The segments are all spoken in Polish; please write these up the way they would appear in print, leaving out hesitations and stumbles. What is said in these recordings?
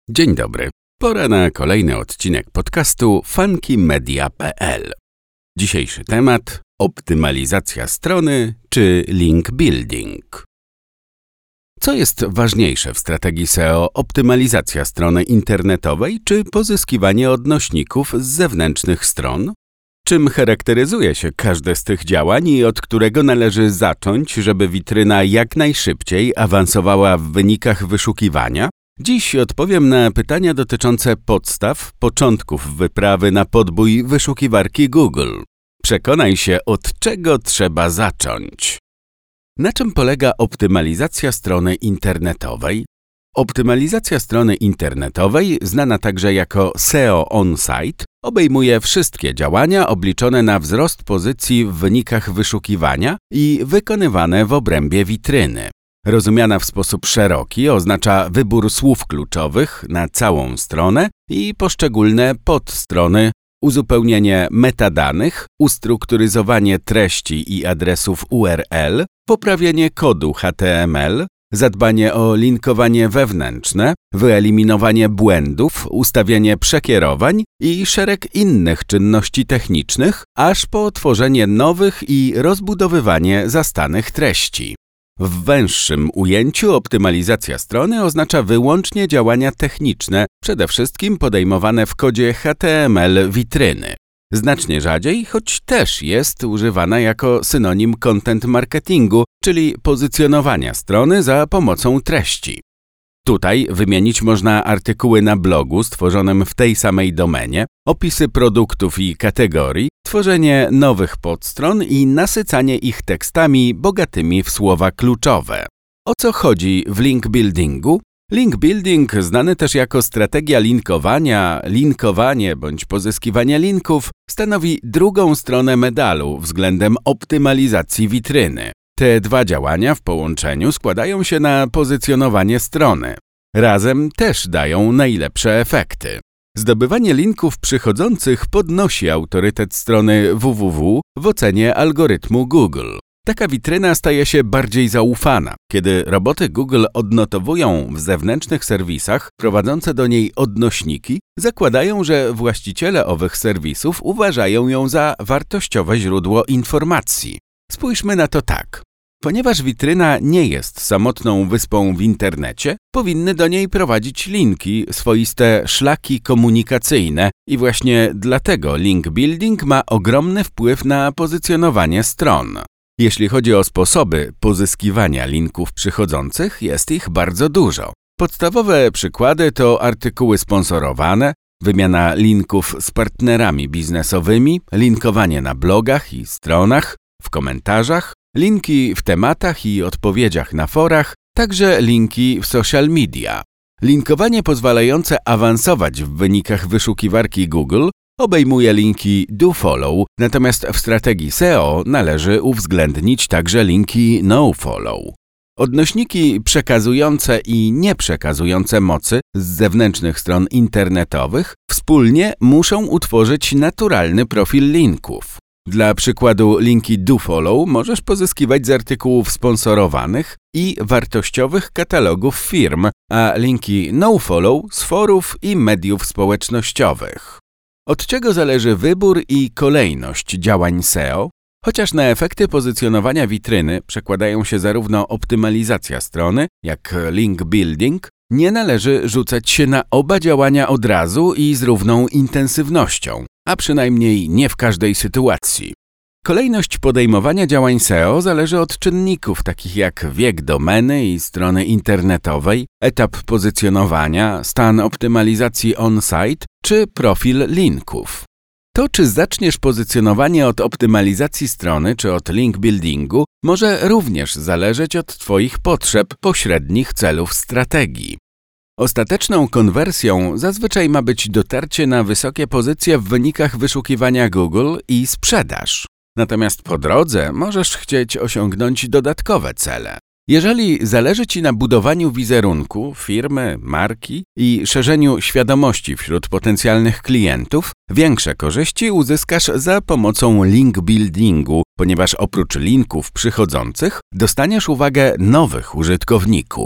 Dzień dobry. Pora na kolejny odcinek podcastu funkymedia.pl. Dzisiejszy temat: optymalizacja strony czy link building. Co jest ważniejsze w strategii SEO? Optymalizacja strony internetowej czy pozyskiwanie odnośników z zewnętrznych stron? Czym charakteryzuje się każde z tych działań i od którego należy zacząć, żeby witryna jak najszybciej awansowała w wynikach wyszukiwania? Dziś odpowiem na pytania dotyczące podstaw, początków wyprawy na podbój wyszukiwarki Google. Przekonaj się, od czego trzeba zacząć. Na czym polega optymalizacja strony internetowej? Optymalizacja strony internetowej, znana także jako SEO on-site, obejmuje wszystkie działania obliczone na wzrost pozycji w wynikach wyszukiwania i wykonywane w obrębie witryny. Rozumiana w sposób szeroki oznacza wybór słów kluczowych na całą stronę i poszczególne podstrony, uzupełnienie metadanych, ustrukturyzowanie treści i adresów URL, poprawienie kodu HTML, zadbanie o linkowanie wewnętrzne, wyeliminowanie błędów, ustawienie przekierowań i szereg innych czynności technicznych, aż po tworzenie nowych i rozbudowywanie zastanych treści. W węższym ujęciu optymalizacja strony oznacza wyłącznie działania techniczne, przede wszystkim podejmowane w kodzie HTML witryny. Znacznie rzadziej, choć też jest używana jako synonim content marketingu, czyli pozycjonowania strony za pomocą treści. Tutaj wymienić można artykuły na blogu stworzonym w tej samej domenie, opisy produktów i kategorii, tworzenie nowych podstron i nasycanie ich tekstami bogatymi w słowa kluczowe. O co chodzi w link buildingu? Link building, znany też jako strategia linkowania, linkowanie bądź pozyskiwanie linków, stanowi drugą stronę medalu względem optymalizacji witryny. Te dwa działania w połączeniu składają się na pozycjonowanie strony. Razem też dają najlepsze efekty. Zdobywanie linków przychodzących podnosi autorytet strony www w ocenie algorytmu Google. Taka witryna staje się bardziej zaufana, kiedy roboty Google odnotowują w zewnętrznych serwisach prowadzące do niej odnośniki, zakładają, że właściciele owych serwisów uważają ją za wartościowe źródło informacji. Spójrzmy na to tak. Ponieważ witryna nie jest samotną wyspą w internecie, powinny do niej prowadzić linki, swoiste szlaki komunikacyjne i właśnie dlatego link building ma ogromny wpływ na pozycjonowanie stron. Jeśli chodzi o sposoby pozyskiwania linków przychodzących, jest ich bardzo dużo. Podstawowe przykłady to artykuły sponsorowane, wymiana linków z partnerami biznesowymi, linkowanie na blogach i stronach, w komentarzach, linki w tematach i odpowiedziach na forach, także linki w social media. Linkowanie pozwalające awansować w wynikach wyszukiwarki Google obejmuje linki do-follow, natomiast w strategii SEO należy uwzględnić także linki no-follow. Odnośniki przekazujące i nieprzekazujące mocy z zewnętrznych stron internetowych wspólnie muszą utworzyć naturalny profil linków. Dla przykładu linki do-follow możesz pozyskiwać z artykułów sponsorowanych i wartościowych katalogów firm, a linki no-follow z forów i mediów społecznościowych. Od czego zależy wybór i kolejność działań SEO? Chociaż na efekty pozycjonowania witryny przekładają się zarówno optymalizacja strony, jak link building, nie należy rzucać się na oba działania od razu i z równą intensywnością, a przynajmniej nie w każdej sytuacji. Kolejność podejmowania działań SEO zależy od czynników takich jak wiek domeny i strony internetowej, etap pozycjonowania, stan optymalizacji on-site czy profil linków. To, czy zaczniesz pozycjonowanie od optymalizacji strony czy od link buildingu, może również zależeć od Twoich potrzeb, pośrednich celów strategii. Ostateczną konwersją zazwyczaj ma być dotarcie na wysokie pozycje w wynikach wyszukiwania Google i sprzedaż. Natomiast po drodze możesz chcieć osiągnąć dodatkowe cele. Jeżeli zależy Ci na budowaniu wizerunku, firmy, marki i szerzeniu świadomości wśród potencjalnych klientów, większe korzyści uzyskasz za pomocą link buildingu, ponieważ oprócz linków przychodzących dostaniesz uwagę nowych użytkowników.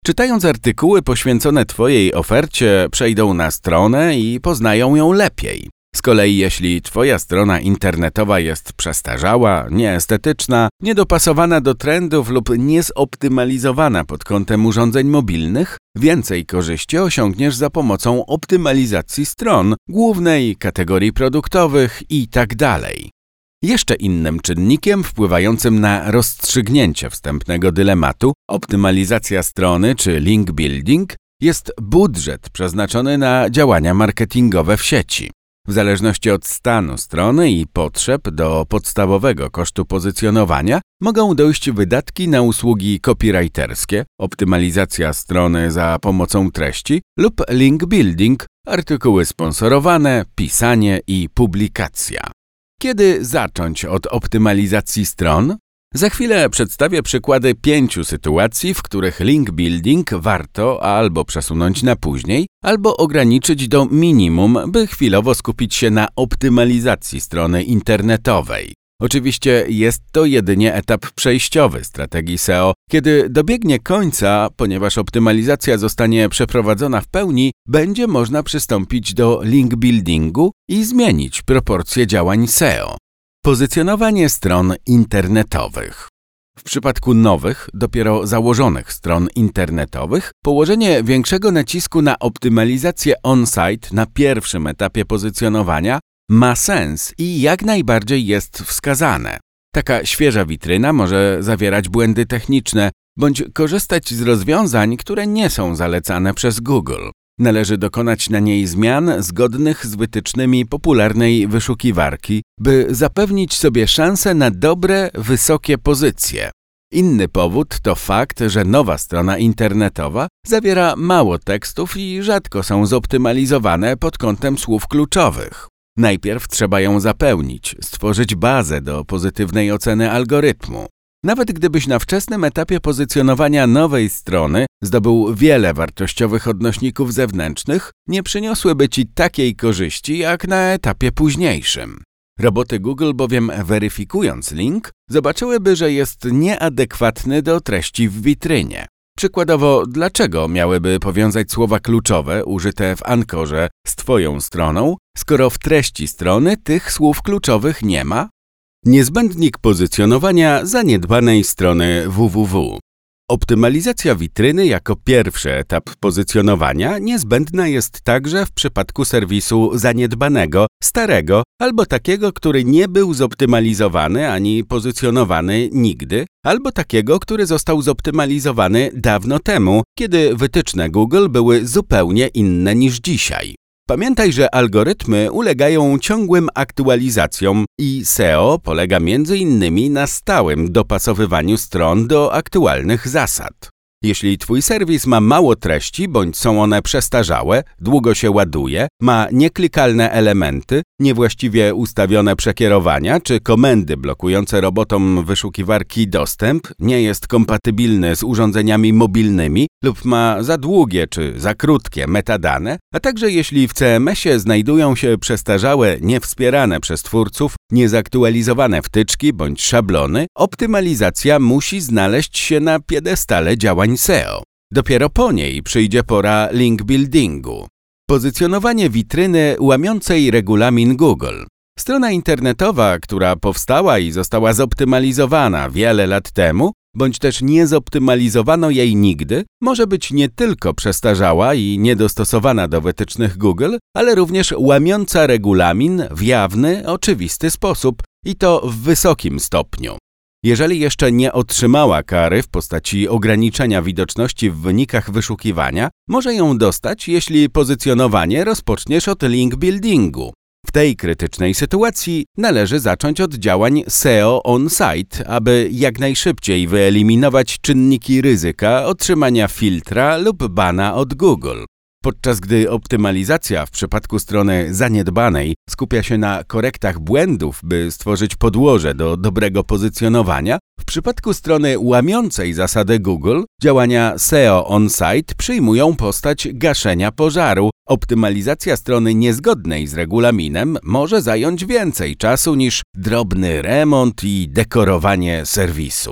Czytając artykuły poświęcone Twojej ofercie, przejdą na stronę i poznają ją lepiej. Z kolei jeśli Twoja strona internetowa jest przestarzała, nieestetyczna, niedopasowana do trendów lub niezoptymalizowana pod kątem urządzeń mobilnych, więcej korzyści osiągniesz za pomocą optymalizacji stron, głównej, kategorii produktowych itd. Jeszcze innym czynnikiem wpływającym na rozstrzygnięcie wstępnego dylematu, optymalizacja strony czy link building, jest budżet przeznaczony na działania marketingowe w sieci. W zależności od stanu strony i potrzeb do podstawowego kosztu pozycjonowania mogą dojść wydatki na usługi copywriterskie, optymalizacja strony za pomocą treści lub link building, artykuły sponsorowane, pisanie i publikacja. Kiedy zacząć od optymalizacji stron? Za chwilę przedstawię przykłady 5 sytuacji, w których link building warto albo przesunąć na później, albo ograniczyć do minimum, by chwilowo skupić się na optymalizacji strony internetowej. Oczywiście jest to jedynie etap przejściowy strategii SEO. Kiedy dobiegnie końca, ponieważ optymalizacja zostanie przeprowadzona w pełni, będzie można przystąpić do link buildingu i zmienić proporcje działań SEO. Pozycjonowanie stron internetowych. W przypadku nowych, dopiero założonych stron internetowych, położenie większego nacisku na optymalizację on-site na pierwszym etapie pozycjonowania ma sens i jak najbardziej jest wskazane. Taka świeża witryna może zawierać błędy techniczne bądź korzystać z rozwiązań, które nie są zalecane przez Google. Należy dokonać na niej zmian zgodnych z wytycznymi popularnej wyszukiwarki, by zapewnić sobie szansę na dobre, wysokie pozycje. Inny powód to fakt, że nowa strona internetowa zawiera mało tekstów i rzadko są zoptymalizowane pod kątem słów kluczowych. Najpierw trzeba ją zapełnić, stworzyć bazę do pozytywnej oceny algorytmu. Nawet gdybyś na wczesnym etapie pozycjonowania nowej strony zdobył wiele wartościowych odnośników zewnętrznych, nie przyniosłyby Ci takiej korzyści jak na etapie późniejszym. Roboty Google bowiem weryfikując link, zobaczyłyby, że jest nieadekwatny do treści w witrynie. Przykładowo, dlaczego miałyby powiązać słowa kluczowe użyte w ankorze z Twoją stroną, skoro w treści strony tych słów kluczowych nie ma? Niezbędnik pozycjonowania zaniedbanej strony www. Optymalizacja witryny jako pierwszy etap pozycjonowania niezbędna jest także w przypadku serwisu zaniedbanego, starego albo takiego, który nie był zoptymalizowany ani pozycjonowany nigdy, albo takiego, który został zoptymalizowany dawno temu, kiedy wytyczne Google były zupełnie inne niż dzisiaj. Pamiętaj, że algorytmy ulegają ciągłym aktualizacjom i SEO polega m.in. na stałym dopasowywaniu stron do aktualnych zasad. Jeśli Twój serwis ma mało treści bądź są one przestarzałe, długo się ładuje, ma nieklikalne elementy, niewłaściwie ustawione przekierowania czy komendy blokujące robotom wyszukiwarki dostęp, nie jest kompatybilny z urządzeniami mobilnymi lub ma za długie czy za krótkie metadane, a także jeśli w CMS-ie znajdują się przestarzałe, niewspierane przez twórców, niezaktualizowane wtyczki bądź szablony, optymalizacja musi znaleźć się na piedestale działań SEO. Dopiero po niej przyjdzie pora link buildingu. Pozycjonowanie witryny łamiącej regulamin Google. Strona internetowa, która powstała i została zoptymalizowana wiele lat temu, bądź też nie zoptymalizowano jej nigdy, może być nie tylko przestarzała i niedostosowana do wytycznych Google, ale również łamiąca regulamin w jawny, oczywisty sposób i to w wysokim stopniu. Jeżeli jeszcze nie otrzymała kary w postaci ograniczenia widoczności w wynikach wyszukiwania, może ją dostać, jeśli pozycjonowanie rozpoczniesz od link buildingu. W tej krytycznej sytuacji należy zacząć od działań SEO on-site, aby jak najszybciej wyeliminować czynniki ryzyka otrzymania filtra lub bana od Google. Podczas gdy optymalizacja w przypadku strony zaniedbanej skupia się na korektach błędów, by stworzyć podłoże do dobrego pozycjonowania, w przypadku strony łamiącej zasadę Google działania SEO on-site przyjmują postać gaszenia pożaru. Optymalizacja strony niezgodnej z regulaminem może zająć więcej czasu niż drobny remont i dekorowanie serwisu.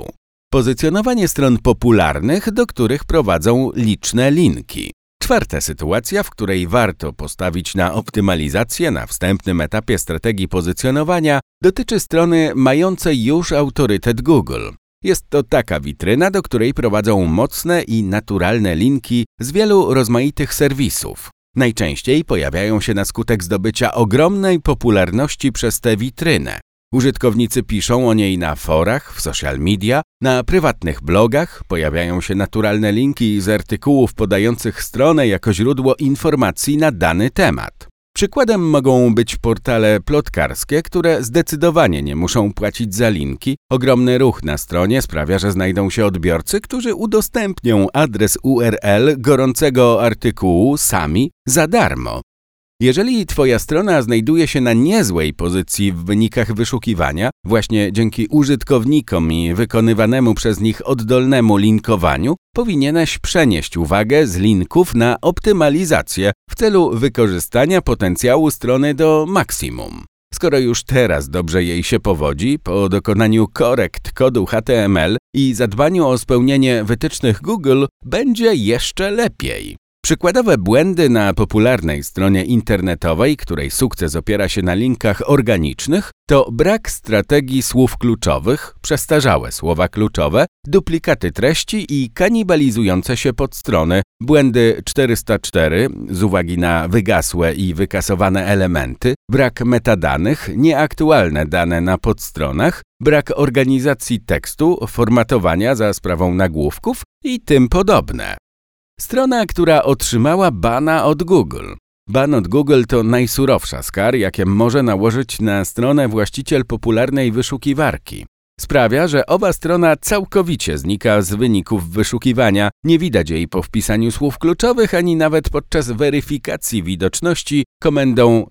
Pozycjonowanie stron popularnych, do których prowadzą liczne linki. Czwarta sytuacja, w której warto postawić na optymalizację na wstępnym etapie strategii pozycjonowania, dotyczy strony mającej już autorytet Google. Jest to taka witryna, do której prowadzą mocne i naturalne linki z wielu rozmaitych serwisów. Najczęściej pojawiają się na skutek zdobycia ogromnej popularności przez tę witrynę. Użytkownicy piszą o niej na forach, w social media, na prywatnych blogach, pojawiają się naturalne linki z artykułów podających stronę jako źródło informacji na dany temat. Przykładem mogą być portale plotkarskie, które zdecydowanie nie muszą płacić za linki. Ogromny ruch na stronie sprawia, że znajdą się odbiorcy, którzy udostępnią adres URL gorącego artykułu sami za darmo. Jeżeli Twoja strona znajduje się na niezłej pozycji w wynikach wyszukiwania, właśnie dzięki użytkownikom i wykonywanemu przez nich oddolnemu linkowaniu, powinieneś przenieść uwagę z linków na optymalizację w celu wykorzystania potencjału strony do maksimum. Skoro już teraz dobrze jej się powodzi, po dokonaniu korekt kodu HTML i zadbaniu o spełnienie wytycznych Google, będzie jeszcze lepiej. Przykładowe błędy na popularnej stronie internetowej, której sukces opiera się na linkach organicznych, to brak strategii słów kluczowych, przestarzałe słowa kluczowe, duplikaty treści i kanibalizujące się podstrony, błędy 404 z uwagi na wygasłe i wykasowane elementy, brak metadanych, nieaktualne dane na podstronach, brak organizacji tekstu, formatowania za sprawą nagłówków i tym podobne. Strona, która otrzymała bana od Google. Ban od Google to najsurowsza z kar, jakie może nałożyć na stronę właściciel popularnej wyszukiwarki. Sprawia, że owa strona całkowicie znika z wyników wyszukiwania, nie widać jej po wpisaniu słów kluczowych, ani nawet podczas weryfikacji widoczności komendą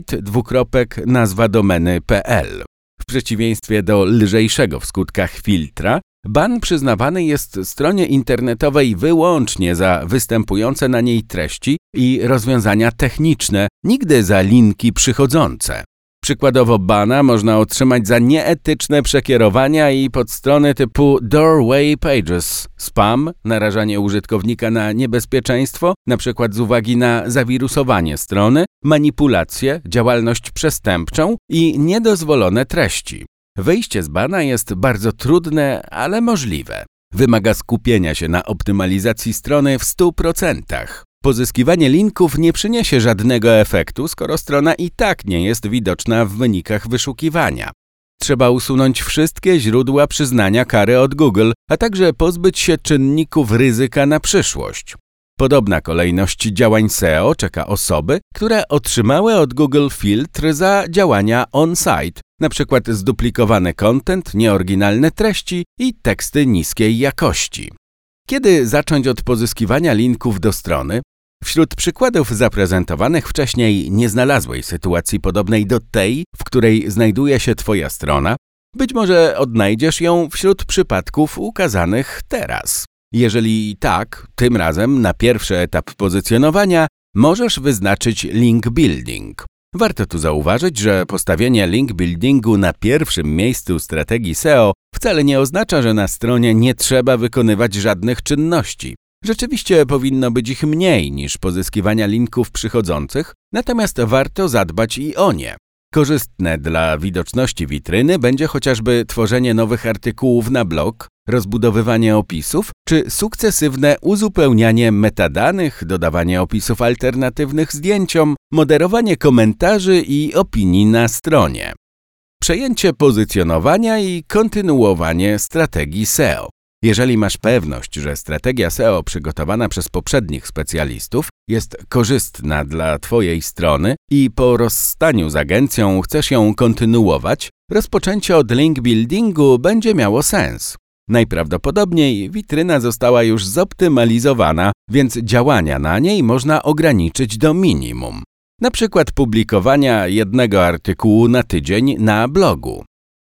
site:/nazwa domeny.pl. W przeciwieństwie do lżejszego w skutkach filtra, ban przyznawany jest stronie internetowej wyłącznie za występujące na niej treści i rozwiązania techniczne, nigdy za linki przychodzące. Przykładowo bana można otrzymać za nieetyczne przekierowania i podstrony typu Doorway Pages, spam, narażanie użytkownika na niebezpieczeństwo, np. z uwagi na zawirusowanie strony, manipulacje, działalność przestępczą i niedozwolone treści. Wyjście z bana jest bardzo trudne, ale możliwe. Wymaga skupienia się na optymalizacji strony w 100%. Pozyskiwanie linków nie przyniesie żadnego efektu, skoro strona i tak nie jest widoczna w wynikach wyszukiwania. Trzeba usunąć wszystkie źródła przyznania kary od Google, a także pozbyć się czynników ryzyka na przyszłość. Podobna kolejność działań SEO czeka osoby, które otrzymały od Google filtr za działania on-site, np. zduplikowany content, nieoryginalne treści i teksty niskiej jakości. Kiedy zacząć od pozyskiwania linków do strony? Wśród przykładów zaprezentowanych wcześniej nie znalazłeś sytuacji podobnej do tej, w której znajduje się Twoja strona. Być może odnajdziesz ją wśród przypadków ukazanych teraz. Jeżeli tak, tym razem na pierwszy etap pozycjonowania możesz wyznaczyć link building. Warto tu zauważyć, że postawienie link buildingu na pierwszym miejscu strategii SEO wcale nie oznacza, że na stronie nie trzeba wykonywać żadnych czynności. Rzeczywiście powinno być ich mniej niż pozyskiwania linków przychodzących, natomiast warto zadbać i o nie. Korzystne dla widoczności witryny będzie chociażby tworzenie nowych artykułów na blog, rozbudowywanie opisów czy sukcesywne uzupełnianie metadanych, dodawanie opisów alternatywnych zdjęciom, moderowanie komentarzy i opinii na stronie. Przejęcie pozycjonowania i kontynuowanie strategii SEO. Jeżeli masz pewność, że strategia SEO przygotowana przez poprzednich specjalistów jest korzystna dla Twojej strony i po rozstaniu z agencją chcesz ją kontynuować, rozpoczęcie od link buildingu będzie miało sens. Najprawdopodobniej witryna została już zoptymalizowana, więc działania na niej można ograniczyć do minimum. Na przykład publikowania jednego artykułu na tydzień na blogu.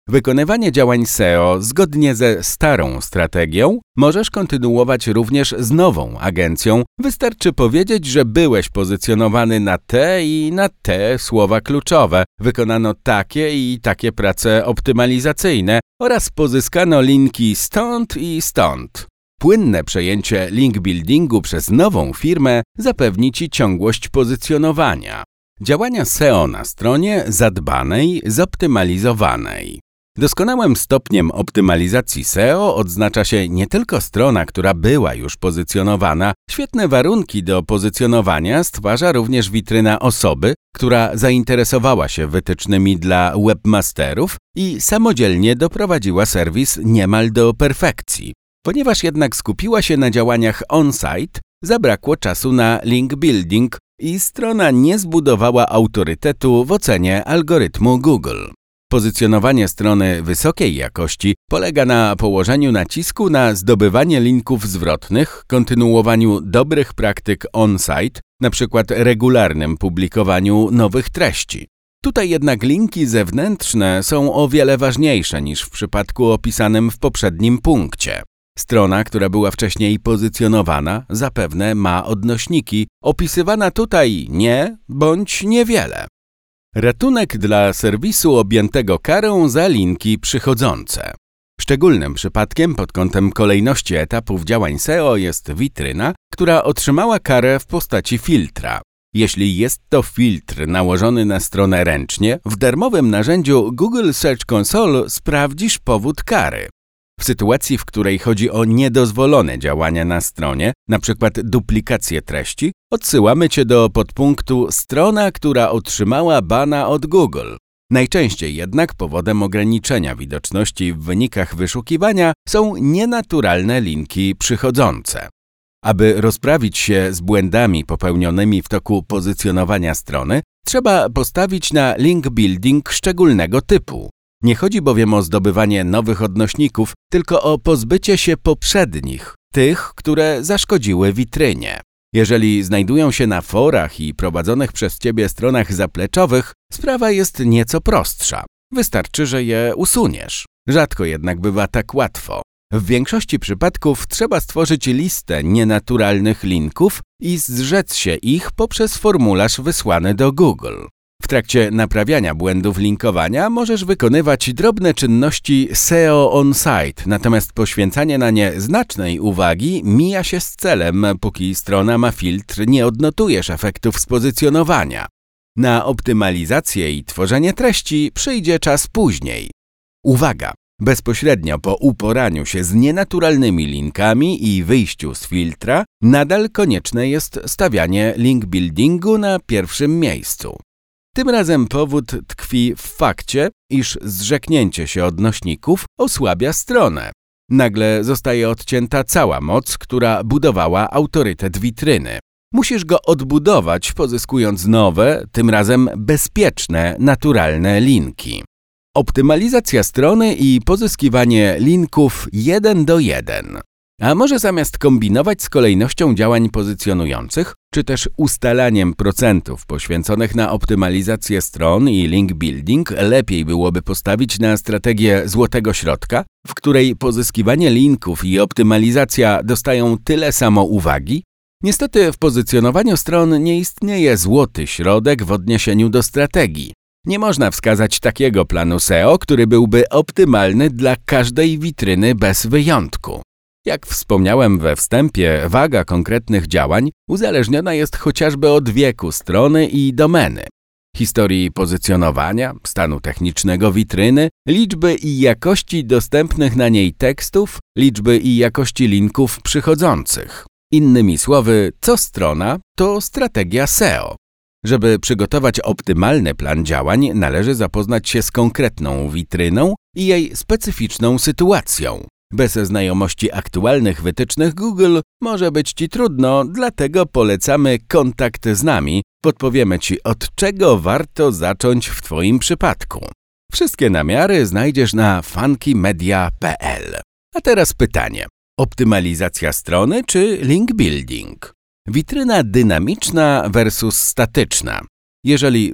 Wykonywanie działań SEO zgodnie ze starą strategią możesz kontynuować również z nową agencją. Wystarczy powiedzieć, że byłeś pozycjonowany na te i na te słowa kluczowe, wykonano takie i takie prace optymalizacyjne oraz pozyskano linki stąd i stąd. Płynne przejęcie link buildingu przez nową firmę zapewni Ci ciągłość pozycjonowania. Działania SEO na stronie zadbanej, zoptymalizowanej. Doskonałym stopniem optymalizacji SEO odznacza się nie tylko strona, która była już pozycjonowana. Świetne warunki do pozycjonowania stwarza również witryna osoby, która zainteresowała się wytycznymi dla webmasterów i samodzielnie doprowadziła serwis niemal do perfekcji. Ponieważ jednak skupiła się na działaniach on-site, zabrakło czasu na link building i strona nie zbudowała autorytetu w ocenie algorytmu Google. Pozycjonowanie strony wysokiej jakości polega na położeniu nacisku na zdobywanie linków zwrotnych, kontynuowaniu dobrych praktyk on-site, np. regularnym publikowaniu nowych treści. Tutaj jednak linki zewnętrzne są o wiele ważniejsze niż w przypadku opisanym w poprzednim punkcie. Strona, która była wcześniej pozycjonowana, zapewne ma odnośniki, opisywana tutaj nie bądź niewiele. Ratunek dla serwisu objętego karą za linki przychodzące. Szczególnym przypadkiem pod kątem kolejności etapów działań SEO jest witryna, która otrzymała karę w postaci filtra. Jeśli jest to filtr nałożony na stronę ręcznie, w darmowym narzędziu Google Search Console sprawdzisz powód kary. W sytuacji, w której chodzi o niedozwolone działania na stronie, np. duplikację treści, odsyłamy Cię do podpunktu strona, która otrzymała bana od Google. Najczęściej jednak powodem ograniczenia widoczności w wynikach wyszukiwania są nienaturalne linki przychodzące. Aby rozprawić się z błędami popełnionymi w toku pozycjonowania strony, trzeba postawić na link building szczególnego typu. Nie chodzi bowiem o zdobywanie nowych odnośników, tylko o pozbycie się poprzednich, tych, które zaszkodziły witrynie. Jeżeli znajdują się na forach i prowadzonych przez Ciebie stronach zapleczowych, sprawa jest nieco prostsza. Wystarczy, że je usuniesz. Rzadko jednak bywa tak łatwo. W większości przypadków trzeba stworzyć listę nienaturalnych linków i zrzec się ich poprzez formularz wysłany do Google. W trakcie naprawiania błędów linkowania możesz wykonywać drobne czynności SEO on-site, natomiast poświęcanie na nie znacznej uwagi mija się z celem, póki strona ma filtr, nie odnotujesz efektów z pozycjonowania. Na optymalizację i tworzenie treści przyjdzie czas później. Uwaga! Bezpośrednio po uporaniu się z nienaturalnymi linkami i wyjściu z filtra, nadal konieczne jest stawianie link buildingu na pierwszym miejscu. Tym razem powód tkwi w fakcie, iż zrzeknięcie się odnośników osłabia stronę. Nagle zostaje odcięta cała moc, która budowała autorytet witryny. Musisz go odbudować, pozyskując nowe, tym razem bezpieczne, naturalne linki. Optymalizacja strony i pozyskiwanie linków 1 do 1. A może zamiast kombinować z kolejnością działań pozycjonujących, czy też ustalaniem procentów poświęconych na optymalizację stron i link building, lepiej byłoby postawić na strategię złotego środka, w której pozyskiwanie linków i optymalizacja dostają tyle samo uwagi? Niestety w pozycjonowaniu stron nie istnieje złoty środek w odniesieniu do strategii. Nie można wskazać takiego planu SEO, który byłby optymalny dla każdej witryny bez wyjątku. Jak wspomniałem we wstępie, waga konkretnych działań uzależniona jest chociażby od wieku strony i domeny, historii pozycjonowania, stanu technicznego witryny, liczby i jakości dostępnych na niej tekstów, liczby i jakości linków przychodzących. Innymi słowy, co strona, to strategia SEO. Żeby przygotować optymalny plan działań, należy zapoznać się z konkretną witryną i jej specyficzną sytuacją. Bez znajomości aktualnych wytycznych Google może być Ci trudno, dlatego polecamy kontakt z nami. Podpowiemy Ci, od czego warto zacząć w Twoim przypadku. Wszystkie namiary znajdziesz na funkymedia.pl. A teraz pytanie. Optymalizacja strony czy link building? Witryna dynamiczna versus statyczna. Jeżeli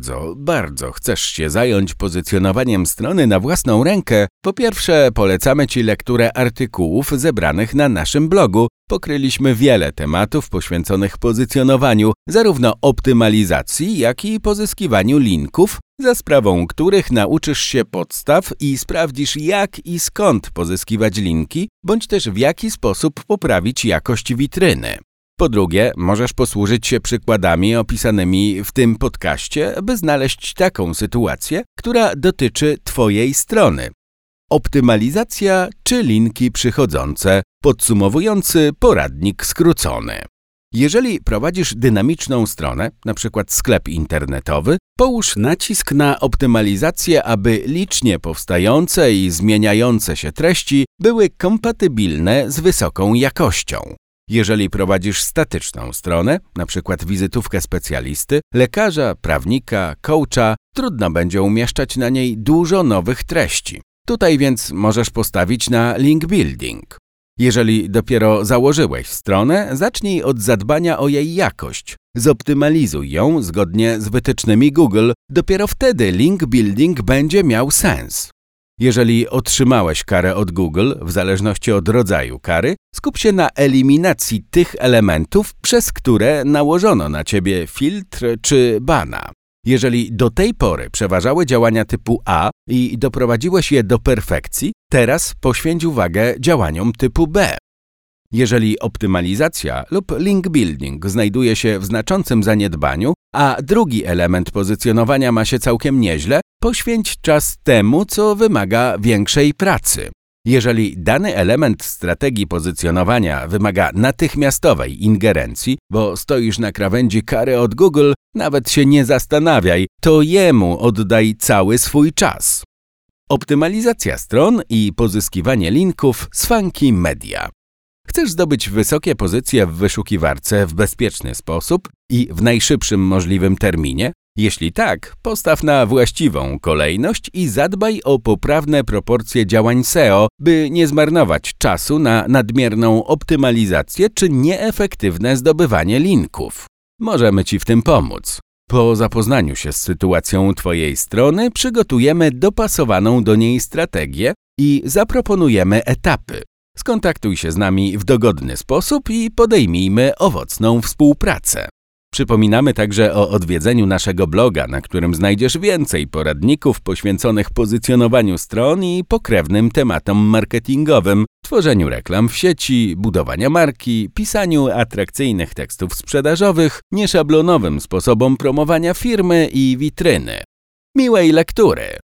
bardzo chcesz się zająć pozycjonowaniem strony na własną rękę, po pierwsze polecamy Ci lekturę artykułów zebranych na naszym blogu. Pokryliśmy wiele tematów poświęconych pozycjonowaniu, zarówno optymalizacji, jak i pozyskiwaniu linków, za sprawą których nauczysz się podstaw i sprawdzisz, jak i skąd pozyskiwać linki, bądź też w jaki sposób poprawić jakość witryny. Po drugie, możesz posłużyć się przykładami opisanymi w tym podcaście, by znaleźć taką sytuację, która dotyczy Twojej strony. Optymalizacja czy linki przychodzące, podsumowujący poradnik skrócony. Jeżeli prowadzisz dynamiczną stronę, np. sklep internetowy, połóż nacisk na optymalizację, aby licznie powstające i zmieniające się treści były kompatybilne z wysoką jakością. Jeżeli prowadzisz statyczną stronę, np. wizytówkę specjalisty, lekarza, prawnika, coacha, trudno będzie umieszczać na niej dużo nowych treści. Tutaj więc możesz postawić na link building. Jeżeli dopiero założyłeś stronę, zacznij od zadbania o jej jakość. Zoptymalizuj ją zgodnie z wytycznymi Google, dopiero wtedy link building będzie miał sens. Jeżeli otrzymałeś karę od Google, w zależności od rodzaju kary, skup się na eliminacji tych elementów, przez które nałożono na Ciebie filtr czy bana. Jeżeli do tej pory przeważały działania typu A i doprowadziłeś je do perfekcji, teraz poświęć uwagę działaniom typu B. Jeżeli optymalizacja lub link building znajduje się w znaczącym zaniedbaniu, a drugi element pozycjonowania ma się całkiem nieźle, poświęć czas temu, co wymaga większej pracy. Jeżeli dany element strategii pozycjonowania wymaga natychmiastowej ingerencji, bo stoisz na krawędzi kary od Google, nawet się nie zastanawiaj, to jemu oddaj cały swój czas. Optymalizacja stron i pozyskiwanie linków z Funky Media. Chcesz zdobyć wysokie pozycje w wyszukiwarce w bezpieczny sposób i w najszybszym możliwym terminie? Jeśli tak, postaw na właściwą kolejność i zadbaj o poprawne proporcje działań SEO, by nie zmarnować czasu na nadmierną optymalizację czy nieefektywne zdobywanie linków. Możemy Ci w tym pomóc. Po zapoznaniu się z sytuacją Twojej strony przygotujemy dopasowaną do niej strategię i zaproponujemy etapy. Skontaktuj się z nami w dogodny sposób i podejmijmy owocną współpracę. Przypominamy także o odwiedzeniu naszego bloga, na którym znajdziesz więcej poradników poświęconych pozycjonowaniu stron i pokrewnym tematom marketingowym, tworzeniu reklam w sieci, budowania marki, pisaniu atrakcyjnych tekstów sprzedażowych, nieszablonowym sposobom promowania firmy i witryny. Miłej lektury!